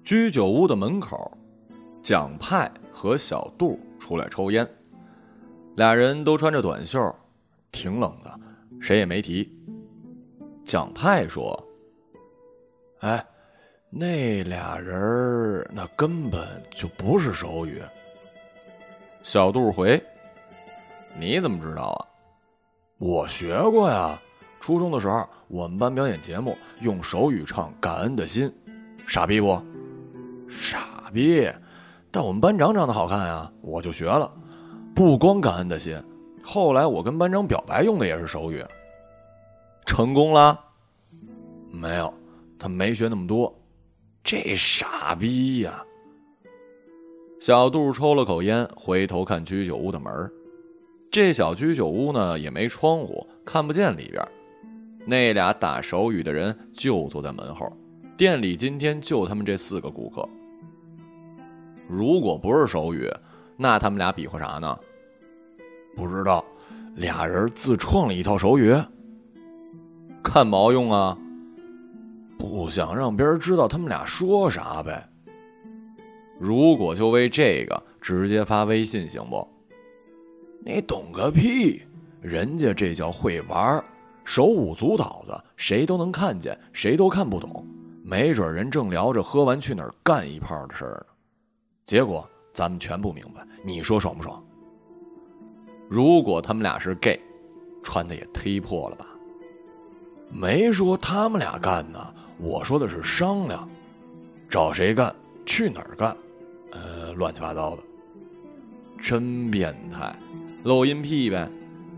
居酒屋的门口，蒋派和小杜出来抽烟，俩人都穿着短袖，挺冷的，谁也没提。蒋派说：“哎，那俩人那根本就不是手语。”小杜回：“你怎么知道啊？”“我学过呀，初中的时候我们班表演节目用手语唱《感恩的心》，傻逼不？傻逼，但我们班长长得好看呀，我就学了。不光感恩的心，后来我跟班长表白用的也是手语。”“成功了？”“没有，他没学那么多。”“这傻逼呀！”小杜抽了口烟，回头看居酒屋的门。这小居酒屋呢也没窗户，看不见里边。那俩打手语的人就坐在门后，店里今天就他们这4个顾客。如果不是手语，那他们俩比划啥呢？不知道，俩人自创了一套手语。看毛用啊？不想让别人知道他们俩说啥呗。如果就为这个直接发微信行不？你懂个屁，人家这叫会玩，手舞足蹈的，谁都能看见，谁都看不懂，没准人正聊着喝完去哪儿干一炮的事儿呢。结果咱们全不明白，你说爽不爽？如果他们俩是 gay， 穿的也忒破了吧？没说他们俩干呢，我说的是商量，找谁干，去哪儿干，乱七八糟的，真变态，露阴屁呗。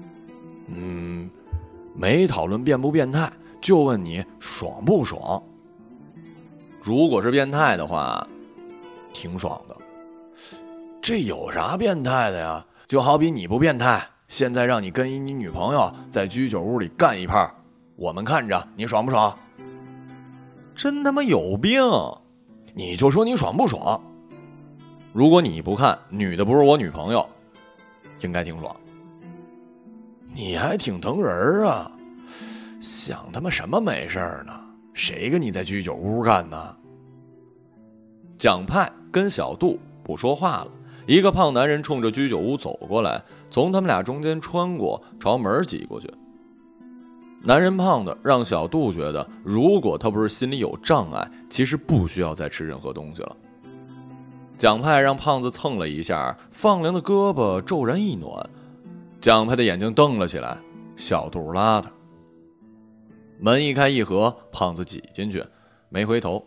没讨论变不变态，就问你爽不爽。如果是变态的话，挺爽的。这有啥变态的呀？就好比你不变态，现在让你跟你女朋友在居酒屋里干一炮，我们看着你爽不爽？真他妈有病！你就说你爽不爽？如果你不看，女的不是我女朋友，应该挺爽。你还挺疼人啊，想他妈什么没事呢？谁跟你在居酒屋干呢？蒋派跟小杜不说话了，一个胖男人冲着居酒屋走过来，从他们俩中间穿过，朝门挤过去。男人胖的让小杜觉得，如果他不是心里有障碍，其实不需要再吃任何东西了。蒋派让胖子蹭了一下，放凉的胳膊骤然一暖，蒋派的眼睛瞪了起来，小杜拉他。门一开一合，胖子挤进去，没回头。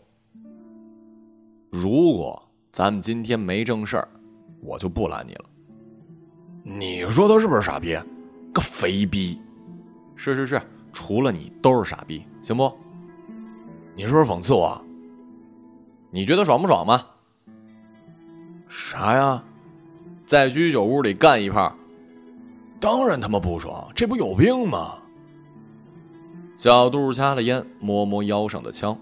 如果咱们今天没正事儿，我就不拦你了。你说他是不是傻逼？个肥逼！是，除了你都是傻逼，行不？你是不是讽刺我？你觉得爽不爽吗？啥呀？在居酒屋里干一炮？当然他妈不爽，这不有病吗？小杜掐了烟，摸摸腰上的枪。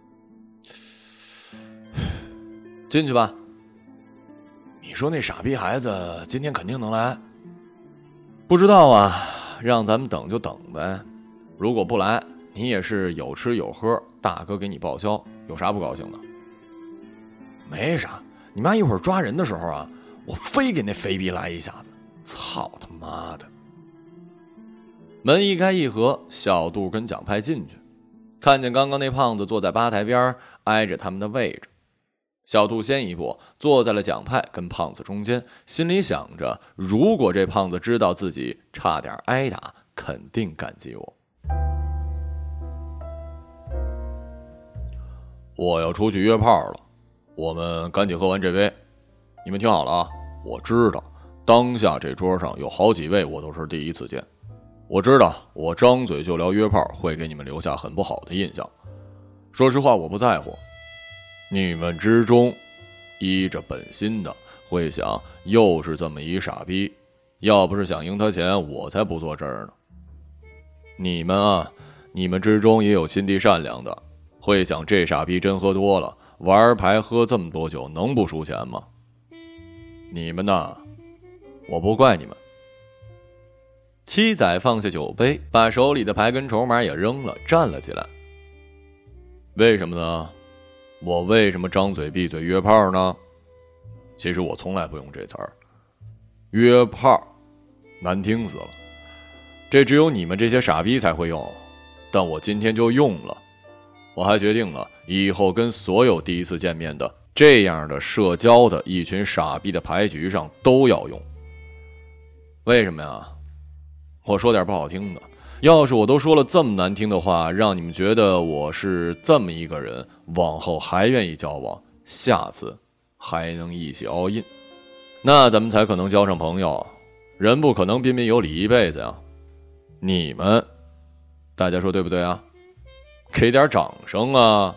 进去吧。你说那傻逼孩子今天肯定能来？不知道啊，让咱们等就等呗。如果不来，你也是有吃有喝，大哥给你报销，有啥不高兴的？没啥，你妈一会儿抓人的时候啊，我非给那肥逼来一下子，操他妈的！门一开一合，小杜跟蒋派进去，看见刚刚那胖子坐在吧台边，挨着他们的位置。小杜先一步坐在了蒋派跟胖子中间，心里想着，如果这胖子知道自己差点挨打，肯定感激我。我要出去约炮了，我们赶紧喝完这杯。你们听好了啊，我知道当下这桌上有好几位我都是第一次见，我知道我张嘴就聊约炮会给你们留下很不好的印象，说实话我不在乎。你们之中依着本心的会想，又是这么一傻逼，要不是想赢他钱，我才不坐这儿呢。你们啊，你们之中也有心地善良的，会想这傻逼真喝多了，玩牌喝这么多酒能不输钱吗？你们呐，我不怪你们。七仔放下酒杯，把手里的牌跟筹码也扔了，站了起来。为什么呢？ 我为什么张嘴闭嘴约炮呢？其实我从来不用这词儿，约炮难听死了，这只有你们这些傻逼才会用，但我今天就用了。我还决定了，以后跟所有第一次见面的这样的社交的一群傻逼的牌局上都要用。为什么呀？我说点不好听的，要是我都说了这么难听的话，让你们觉得我是这么一个人，往后还愿意交往，下次还能一起 all in， 那咱们才可能交上朋友。人不可能彬彬有礼一辈子呀。你们大家说对不对啊？给点掌声啊。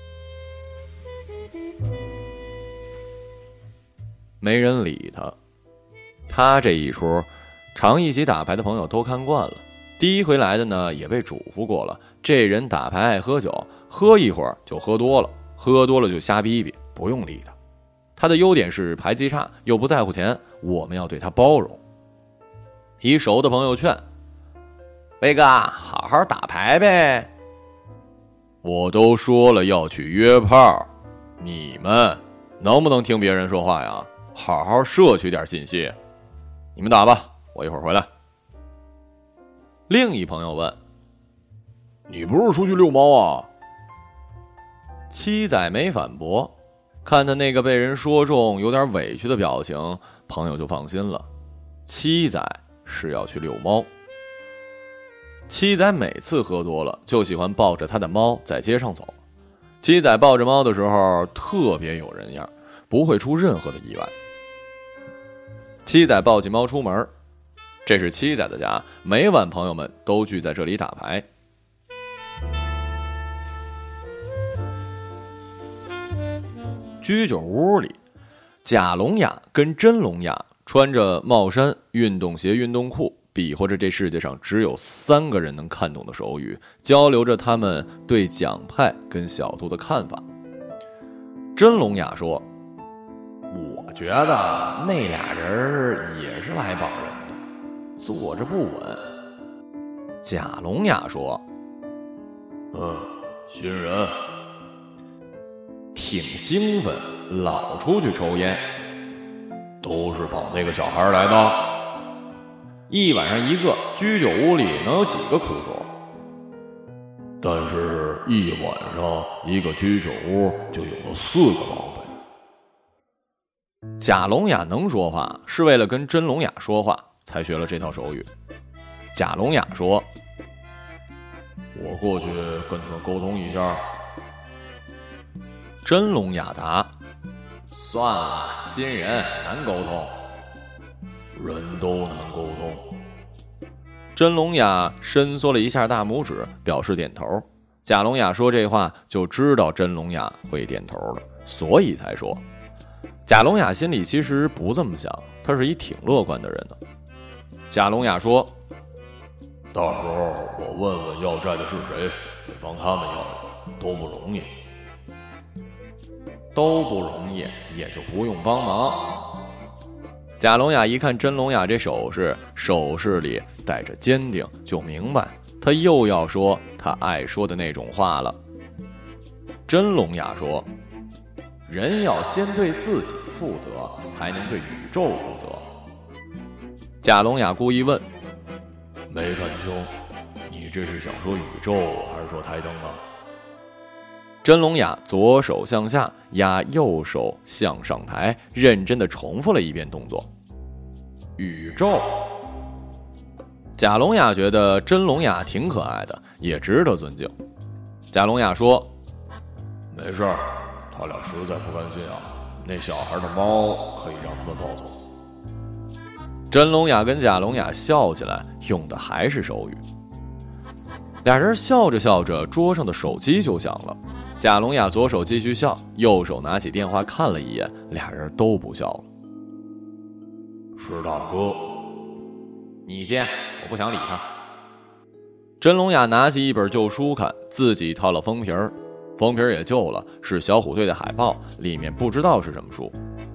没人理他，他这一出常一起打牌的朋友都看惯了，第一回来的呢也被嘱咐过了，这人打牌爱喝酒，喝一会儿就喝多了，喝多了就瞎逼逼，不用理他。他的优点是牌技差，又不在乎钱，我们要对他包容。一熟的朋友劝威哥好好打牌呗。我都说了要去约炮，你们能不能听别人说话呀？好好摄取点信息。你们打吧，我一会儿回来。另一朋友问，你不是出去遛猫啊？七仔没反驳，看他那个被人说中有点委屈的表情，朋友就放心了。七仔是要去遛猫。七仔每次喝多了就喜欢抱着他的猫在街上走。七仔抱着猫的时候特别有人样，不会出任何的意外。七仔抱起猫出门，这是七仔的家，每晚朋友们都聚在这里打牌。居酒屋里，假聋哑跟真聋哑穿着帽衫、运动鞋、运动裤，比划着这世界上只有3个人能看懂的手语，交流着他们对蒋派跟小杜的看法。真聋哑说，我觉得那俩人也是来保人的，坐着不稳。假聋哑说，新人挺兴奋，老出去抽烟，都是跑那个小孩来的。一晚上一个，居酒屋里能有几个苦主？但是一晚上一个居酒屋就有了4个绑匪。假聋哑能说话，是为了跟真聋哑说话才学了这套手语。假聋哑说，我过去跟他们沟通一下。真聋哑答，算了，新人难沟通。人都难沟通。真聋哑伸缩了一下大拇指，表示点头。假聋哑说这话就知道真聋哑会点头了，所以才说。假聋哑心里其实不这么想，他是一挺乐观的人呢。假聋哑说，到时候我问问要债的是谁，帮他们要，都不容易。都不容易，也就不用帮忙。假聋哑一看真聋哑这手势，手势里带着坚定，就明白他又要说他爱说的那种话了。真聋哑说，人要先对自己负责，才能对宇宙负责。假聋哑故意问，没看清，你这是想说宇宙还是说台灯啊？真聋哑左手向下压右手向上抬，认真地重复了一遍动作。宇宙。假聋哑觉得真聋哑挺可爱的，也值得尊敬。假聋哑说，没事儿，他俩实在不甘心啊，那小孩的猫可以让他们抱走。真聋哑跟假聋哑笑起来，用的还是手语。俩人笑着笑着，桌上的手机就响了。假聋哑左手继续笑，右手拿起电话看了一眼，俩人都不笑了。是大哥，你接，我不想理他。真聋哑拿起一本旧书看，自己掏了封皮儿，封皮儿也旧了，是小虎队的海报，里面不知道是什么书。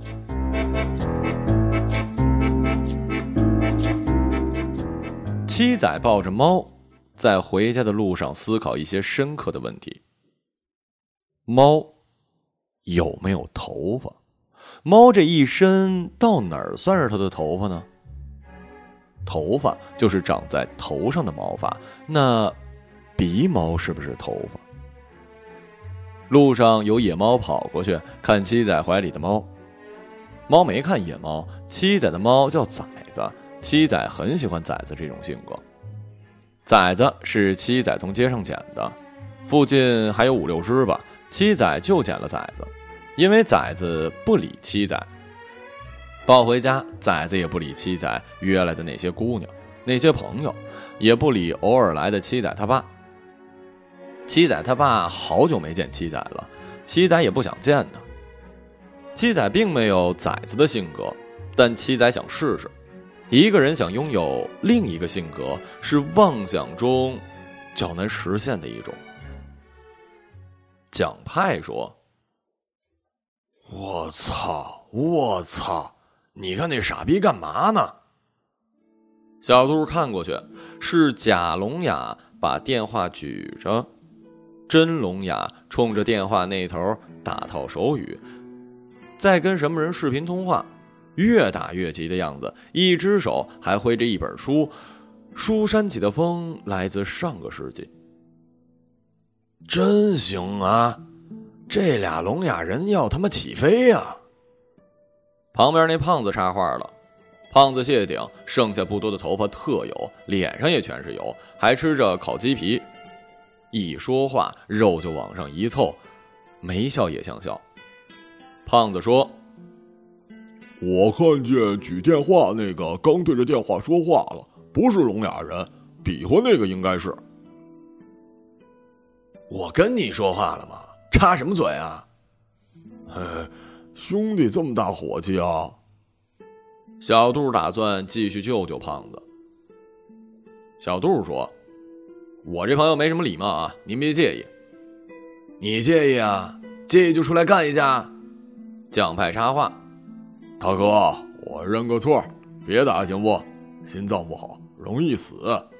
七仔抱着猫，在回家的路上思考一些深刻的问题。猫有没有头发。猫这一身到哪儿算是它的头发呢？头发就是长在头上的毛发，那鼻毛是不是头发？路上有野猫跑过去看七仔怀里的猫，猫没看野猫，七仔的猫叫崽子，七仔很喜欢崽子这种性格。崽子是七仔从街上捡的，附近还有5-6只吧，七仔就捡了崽子，因为崽子不理七仔。抱回家，崽子也不理七仔约来的那些姑娘那些朋友，也不理偶尔来的七仔他爸。七仔他爸好久没见七仔了，七仔也不想见他。七仔并没有崽子的性格，但七仔想试试。一个人想拥有另一个性格，是妄想中较难实现的一种。蒋派说：我操，你看那傻逼干嘛呢？小兔看过去，是贾聋哑把电话举着，真聋哑冲着电话那头打套手语，在跟什么人视频通话，越打越急的样子，一只手还挥着一本书，书扇起的风来自上个世纪。真行啊，这俩聋哑人要他妈起飞啊！旁边那胖子插话了，胖子谢顶，剩下不多的头发特油，脸上也全是油，还吃着烤鸡皮，一说话肉就往上一凑，没笑也像笑。胖子说：我看见举电话那个刚对着电话说话了，不是聋哑人，比划那个应该是。我跟你说话了吗？插什么嘴啊？兄弟这么大火气啊！小杜打算继续救救胖子。小杜说：我这朋友没什么礼貌啊，您别介意。你介意啊？介意就出来干一架。蒋派插话：大哥，我认个错，别打行不？心脏不好，容易死。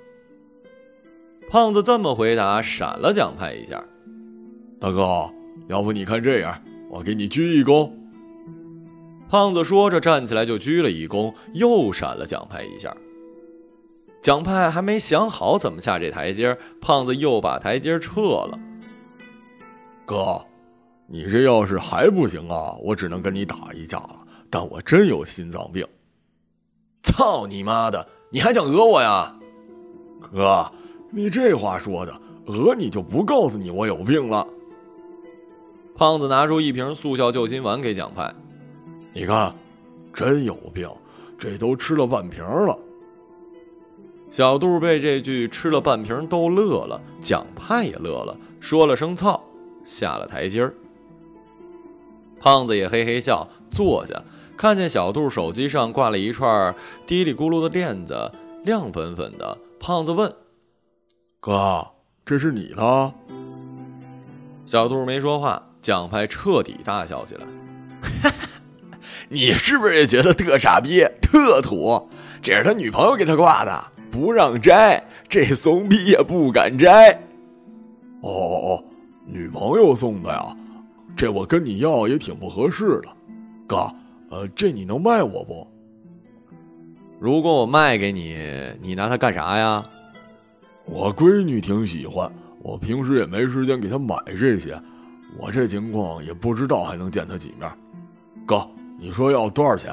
胖子这么回答，闪了蒋派一下。大哥，要不你看这样，我给你鞠一躬。胖子说着站起来就鞠了一躬，又闪了蒋派一下。蒋派还没想好怎么下这台阶，胖子又把台阶撤了。哥，你这要是还不行啊，我只能跟你打一架了，但我真有心脏病。操你妈的，你还想讹我呀？哥，你这话说的，讹你就不告诉你我有病了。胖子拿出一瓶速效救心丸给蒋派，你看，真有病，这都吃了半瓶了。小杜被这句吃了半瓶逗乐了，蒋派也乐了，说了声操，下了台阶儿。胖子也嘿嘿笑，坐下，看见小杜手机上挂了一串嘀里咕噜的链子，亮粉粉的。胖子问：哥，这是你的？小杜没说话，蒋派彻底大笑起来。你是不是也觉得特傻逼特土？这是他女朋友给他挂的，不让摘，这怂逼也不敢摘。哦，女朋友送的呀，这我跟你要也挺不合适的。哥，这你能卖我不？如果我卖给你，你拿它干啥呀？我闺女挺喜欢，我平时也没时间给她买这些，我这情况也不知道还能见她几面。哥，你说要多少钱？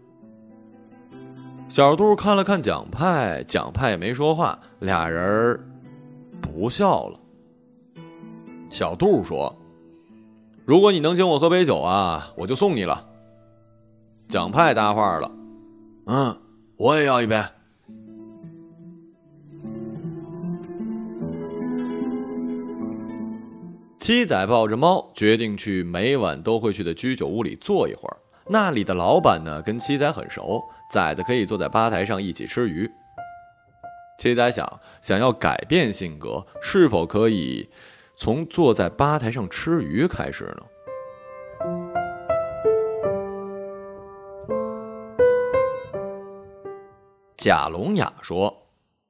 小杜看了看蒋派，蒋派也没说话，俩人不笑了。小杜说：如果你能请我喝杯酒啊，我就送你了。蒋派搭话了：我也要一杯。七仔抱着猫决定去每晚都会去的居酒屋里坐一会儿，那里的老板呢跟七仔很熟，崽子可以坐在吧台上一起吃鱼。七仔想要改变性格，是否可以从坐在吧台上吃鱼开始呢？贾聋哑说：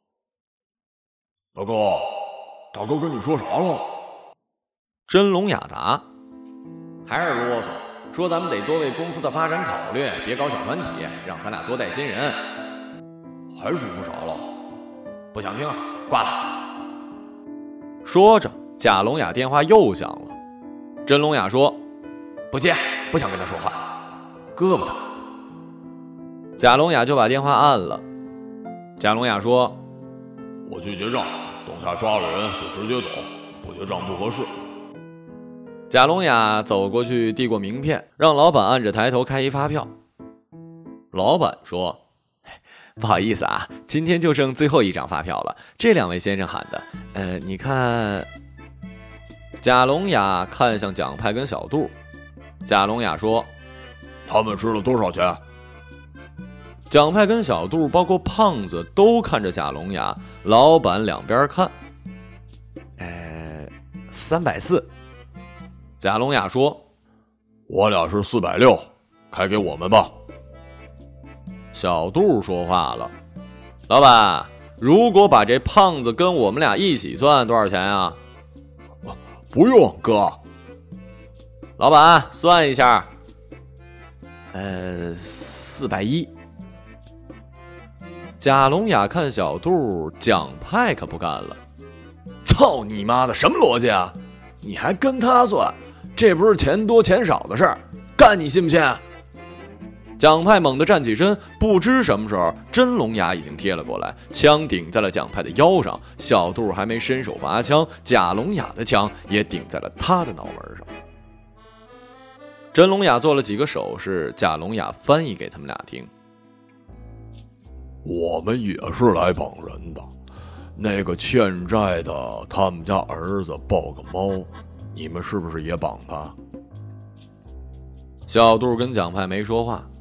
大哥跟你说啥了？真聋哑答： 还是啰嗦，说咱们得多为公司的发展考虑，别搞小团体，让咱俩多带新人。 还是不少了， 不想听了，挂了。说着，贾龙雅电话又响了。甄龙雅说：“不接，不想跟他说话，胳膊疼。”贾龙雅就把电话按了。贾龙雅说：“ 我去结账，等下抓了人就直接走，不结账不合适。” 贾龙雅走过去递过名片，让老板按着抬头开一发票。老板说：“不好意思啊，今天就剩最后一张发票了，这2位先生喊的。你看。”贾龙雅看向蒋派跟小杜。贾龙雅说：“ 他们吃了多少钱？” 蒋派跟小杜包括胖子都看着贾龙雅，老板两边看。340。贾龙雅说：“ 我俩是460，开给我们吧。” 小杜说话了：“老板，如果把这胖子跟我们俩一起算，多少钱啊？”“ 不用，哥。” 老板算一下。410。贾龙雅看小杜，蒋派可不干了：“ 操你妈的，什么逻辑啊？你还跟他算？这不是钱多钱少的事儿，干你信不信？” 蒋派猛地站起身，不知什么时候甄龙雅已经贴了过来，枪顶在了蒋派的腰上。小杜还没伸手拔枪，贾龙雅的枪也顶在了他的脑门上。甄龙雅做了几个手势，贾龙雅翻译给他们俩听：“ 我们也是来绑人的，那个欠债的他们家儿子抱个猫，你们是不是也绑他？” 小杜跟蒋派没说话。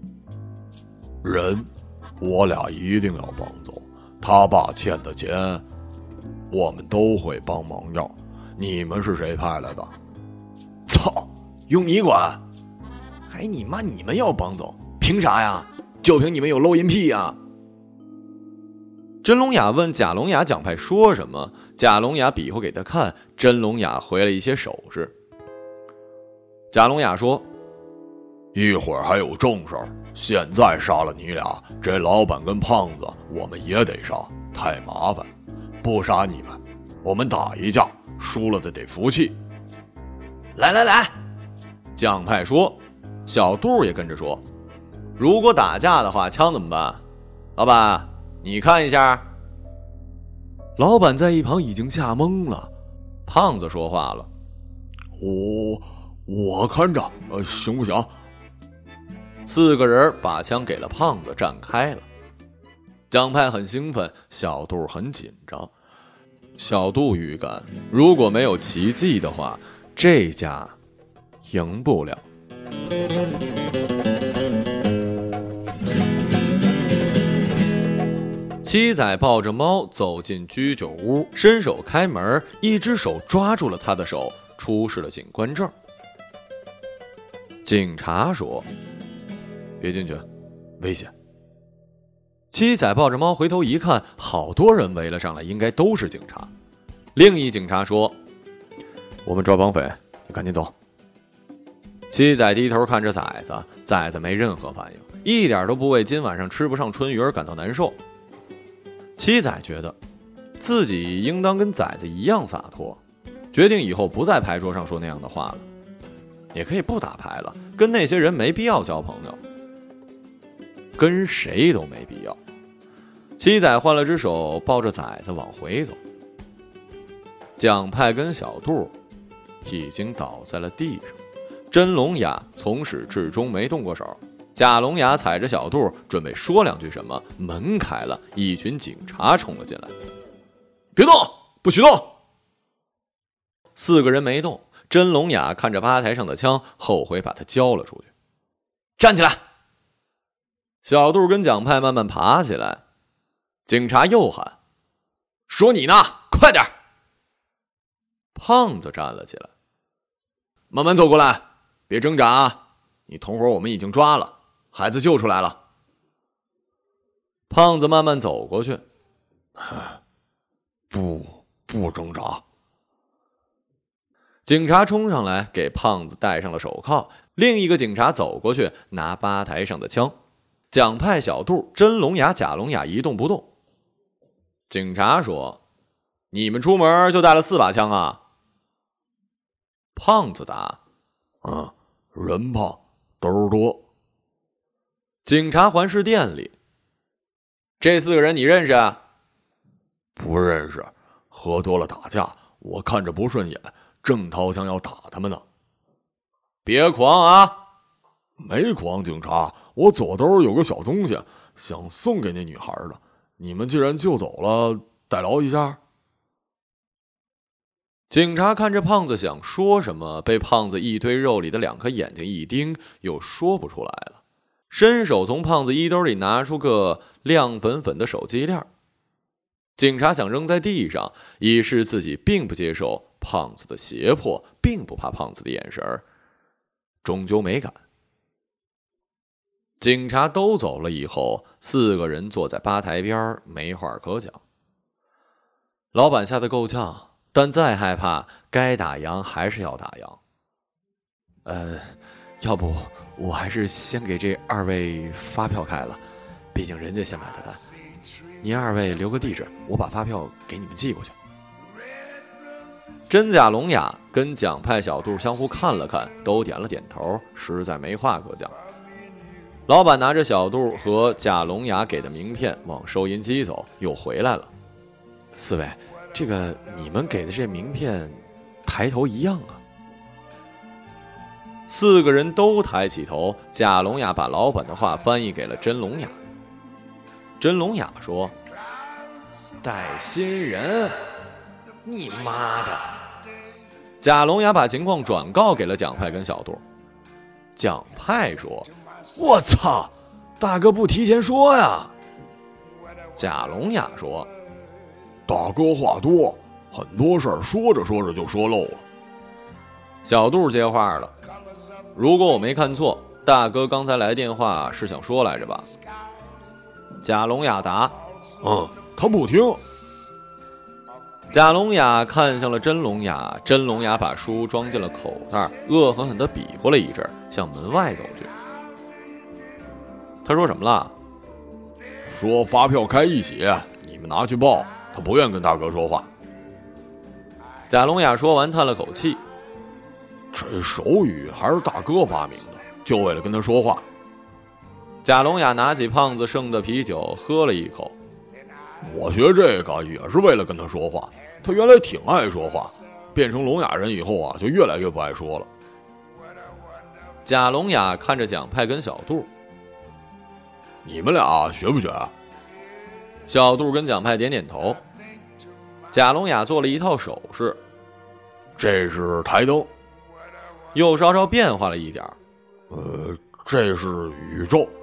人，我俩一定要帮走。他爸欠的钱，我们都会帮忙要。你们是谁派来的？ 操，用你管？还你妈你们要帮走？凭啥呀？就凭你们有露阴癖呀？ 甄龙雅问贾龙雅蒋派说什么，贾龙雅比划给他看，甄龙雅回了一些手势。贾龙雅说：“ 一会儿还有正事儿，现在杀了你俩，这老板跟胖子我们也得杀，太麻烦。不杀你们，我们打一架，输了的得服气。” 来， 蒋派说。小杜也跟着说：“如果打架的话，枪怎么办？老板，你看一下。”老板在一旁已经吓懵了。胖子说话了：“ 我看着，行不行 ？”4个人把枪给了胖子，站开了。蒋派很兴奋，小杜很紧张。小杜预感，如果没有奇迹的话，这架赢不了。七仔抱着猫走进居酒屋，伸手开门，一只手抓住了他的手，出示了警官证。警察说：“别进去，危险。”七仔抱着猫回头一看，好多人围了上来，应该都是警察。另一警察说：“我们抓绑匪，你赶紧走。”七仔低头看着崽子，崽子没任何反应，一点都不为今晚上吃不上春鱼而感到难受。七仔觉得自己应当跟崽子一样洒脱，决定以后不在牌桌上说那样的话了，也可以不打牌了，跟那些人没必要交朋友，跟谁都没必要。七仔换了只手，抱着崽子往回走。蒋派跟小杜已经倒在了地上，甄龙雅从始至终没动过手。贾龙雅踩着小杜准备说两句什么，门开了，一群警察冲了进来。 别动，不许动 ！4个人没动。甄龙雅看着吧台上的枪，后悔把他交了出去。 站起来！ 小杜跟蒋派慢慢爬起来。警察又喊：“ 说你呢，快点！” 胖子站了起来：“ 慢慢走过来，别挣扎啊！你同伙我们已经抓了，孩子救出来了。” 胖子慢慢走过去：“ 不挣扎。” 警察冲上来给胖子戴上了手铐，另一个警察走过去拿吧台上的枪。蒋派、小杜、真聋哑、假聋哑一动不动。警察说：“你们出门就带了4把枪啊？”胖子答：“ 人胖兜多。” 警察环视店里，这4个人你认识啊？ 不认识，喝多了打架，我看着不顺眼，正掏枪要打他们呢。 别狂啊！ 没狂，警察，我左兜有个小东西，想送给那女孩的。你们既然就走了，代劳一下。 警察看着胖子想说什么，被胖子一堆肉里的2颗眼睛一盯，又说不出来了。伸手从胖子衣兜里拿出个亮粉粉的手机链。警察想扔在地上，以示自己并不接受胖子的胁迫，并不怕胖子的眼神，终究没敢。警察都走了以后，4个人坐在吧台边，没话可讲。老板吓得够呛，但再害怕，该打烊还是要打烊。要不我还是先给这2位发票开了，毕竟人家先买的单。您2位留个地址，我把发票给你们寄过去。真假聋哑跟蒋派、小杜相互看了看，都点了点头，实在没话可讲。老板拿着小杜和贾聋哑给的名片往收银机走，又回来了。4位，这个你们给的这名片抬头一样啊。4个人都抬起头，贾聋哑把老板的话翻译给了真聋哑。真聋哑说：“带新人，你妈的！”贾聋哑把情况转告给了蒋派跟小杜。蒋派说：“ 我操，大哥不提前说呀！” 贾聋哑说：“ 大哥话多，很多事儿说着说着就说漏了。” 小杜接话了：“如果我没看错，大哥刚才来电话是想说来着吧？”贾聋哑答：“ 他不听。” 贾聋哑看向了真聋哑，真聋哑把书装进了口袋，恶狠狠地比划了一阵，向门外走去。他说什么了？ 说发票开一起，你们拿去报。他不愿跟大哥说话。 贾聋哑说完叹了口气：“ 这手语还是大哥发明的，就为了跟他说话。” 贾聋哑拿起胖子剩的啤酒喝了一口：“ 我学这个也是为了跟他说话。他原来挺爱说话，变成聋哑人以后啊，就越来越不爱说了。” 贾聋哑看着蒋派跟小杜：“ 你们俩学不学？” 小杜跟蒋派点点头。贾聋哑做了一套手势：“ 这是台灯。” 又稍稍变化了一点：“ 这是宇宙。”